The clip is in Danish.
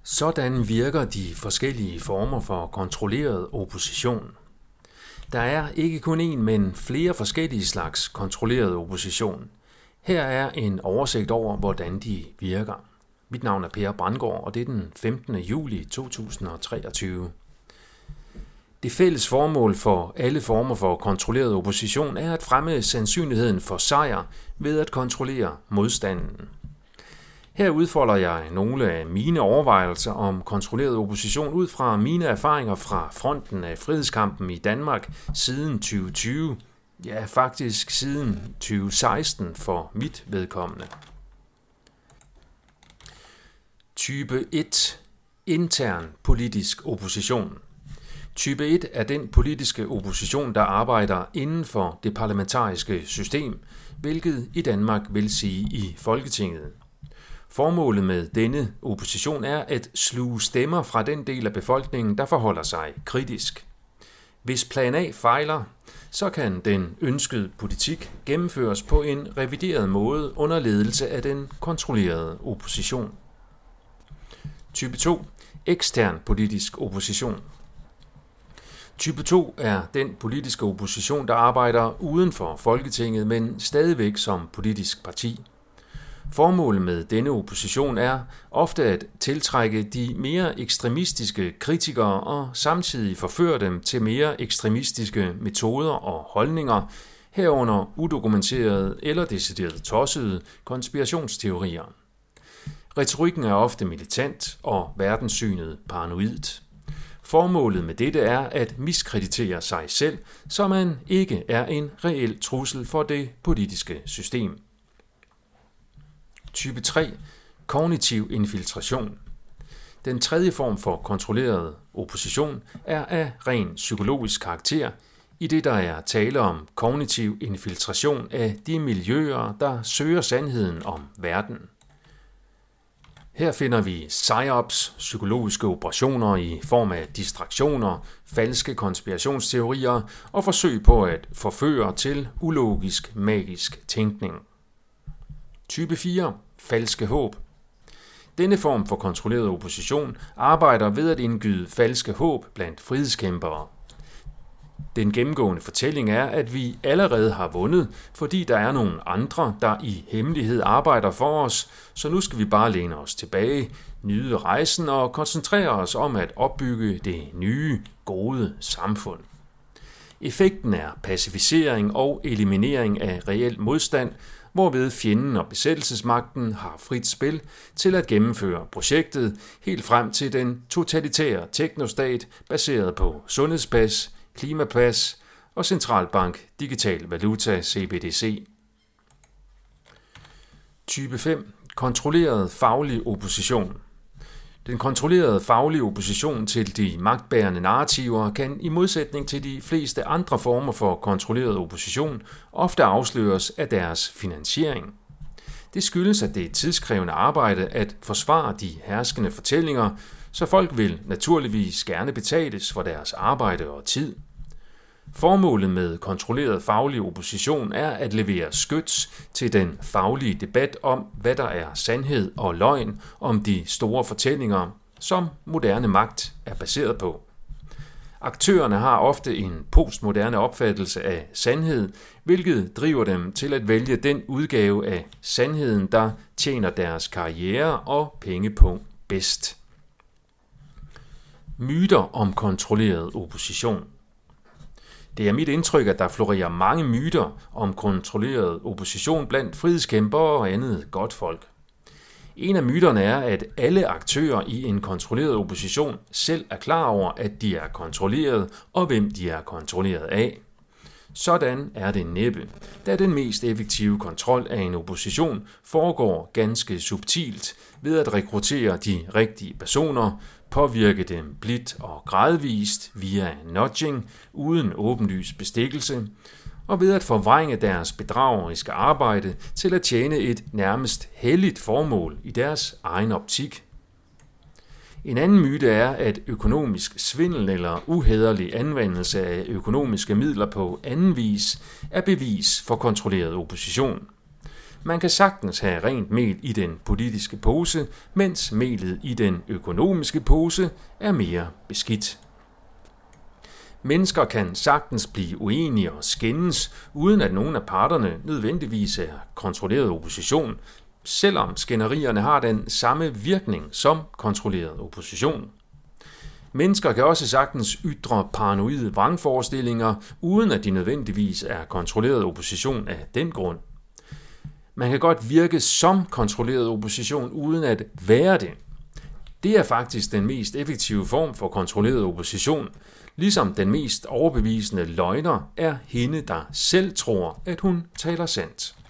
Sådan virker de forskellige former for kontrolleret opposition. Der er ikke kun én, men flere forskellige slags kontrolleret opposition. Her er en oversigt over, hvordan de virker. Mit navn er Per Brandgaard, og det er den 15. juli 2023. Det fælles formål for alle former for kontrolleret opposition er at fremme sandsynligheden for sejr ved at kontrollere modstanden. Her udfolder jeg nogle af mine overvejelser om kontrolleret opposition ud fra mine erfaringer fra fronten af frihedskampen i Danmark siden 2020. Ja, faktisk siden 2016 for mit vedkommende. Type 1. Intern politisk opposition. Type 1 er den politiske opposition, der arbejder inden for det parlamentariske system, hvilket i Danmark vil sige i Folketinget. Formålet med denne opposition er at sluge stemmer fra den del af befolkningen, der forholder sig kritisk. Hvis plan A fejler, så kan den ønskede politik gennemføres på en revideret måde under ledelse af den kontrollerede opposition. Type 2. Ekstern politisk opposition. Type 2 er den politiske opposition, der arbejder uden for Folketinget, men stadigvæk som politisk parti. Formålet med denne opposition er ofte at tiltrække de mere ekstremistiske kritikere og samtidig forføre dem til mere ekstremistiske metoder og holdninger, herunder udokumenterede eller deciderede tossede konspirationsteorier. Retorikken er ofte militant og verdenssynet paranoid. Formålet med dette er at miskreditere sig selv, så man ikke er en reel trussel for det politiske system. Type 3. Kognitiv infiltration. Den tredje form for kontrolleret opposition er af ren psykologisk karakter, i det der er tale om kognitiv infiltration af de miljøer, der søger sandheden om verden. Her finder vi psyops, psykologiske operationer i form af distraktioner, falske konspirationsteorier og forsøg på at forføre til ulogisk, magisk tænkning. Type 4. Falske håb. Denne form for kontrolleret opposition arbejder ved at indgyde falske håb blandt frihedskæmpere. Den gennemgående fortælling er, at vi allerede har vundet, fordi der er nogle andre, der i hemmelighed arbejder for os, så nu skal vi bare læne os tilbage, nyde rejsen og koncentrere os om at opbygge det nye, gode samfund. Effekten er pacificering og eliminering af reel modstand, hvorved fjenden og besættelsesmagten har frit spil til at gennemføre projektet helt frem til den totalitære teknostat baseret på sundhedspas, klimapas og centralbank digital valuta CBDC. Type 5. Kontrolleret faglig opposition. Den kontrollerede faglige opposition til de magtbærende narrativer kan i modsætning til de fleste andre former for kontrolleret opposition ofte afsløres af deres finansiering. Det skyldes, at det er tidskrævende arbejde at forsvare de herskende fortællinger, så folk vil naturligvis gerne betales for deres arbejde og tid. Formålet med kontrolleret faglig opposition er at levere skyts til den faglige debat om, hvad der er sandhed og løgn om de store fortællinger, som moderne magt er baseret på. Aktørerne har ofte en postmoderne opfattelse af sandhed, hvilket driver dem til at vælge den udgave af sandheden, der tjener deres karriere og pengepunkt bedst. Myter om kontrolleret opposition. Det er mit indtryk, at der florerer mange myter om kontrolleret opposition blandt frihedskæmpere og andet godt folk. En af myterne er, at alle aktører i en kontrolleret opposition selv er klar over, at de er kontrolleret, og hvem de er kontrolleret af. Sådan er det næppe, da den mest effektive kontrol af en opposition foregår ganske subtilt ved at rekruttere de rigtige personer, påvirke dem blidt og gradvist via nudging uden åbenlys bestikkelse, og ved at forvrænge deres bedrageriske arbejde til at tjene et nærmest helligt formål i deres egen optik. En anden myte er, at økonomisk svindel eller uhæderlig anvendelse af økonomiske midler på anden vis er bevis for kontrolleret opposition. Man kan sagtens have rent mel i den politiske pose, mens melet i den økonomiske pose er mere beskidt. Mennesker kan sagtens blive uenige og skændes, uden at nogen af parterne nødvendigvis er kontrolleret opposition, selvom skænderierne har den samme virkning som kontrolleret opposition. Mennesker kan også sagtens ytre paranoide vrangforestillinger, uden at de nødvendigvis er kontrolleret opposition af den grund. Man kan godt virke som kontrolleret opposition, uden at være det. Det er faktisk den mest effektive form for kontrolleret opposition, ligesom den mest overbevisende løgner er hende, der selv tror, at hun taler sandt.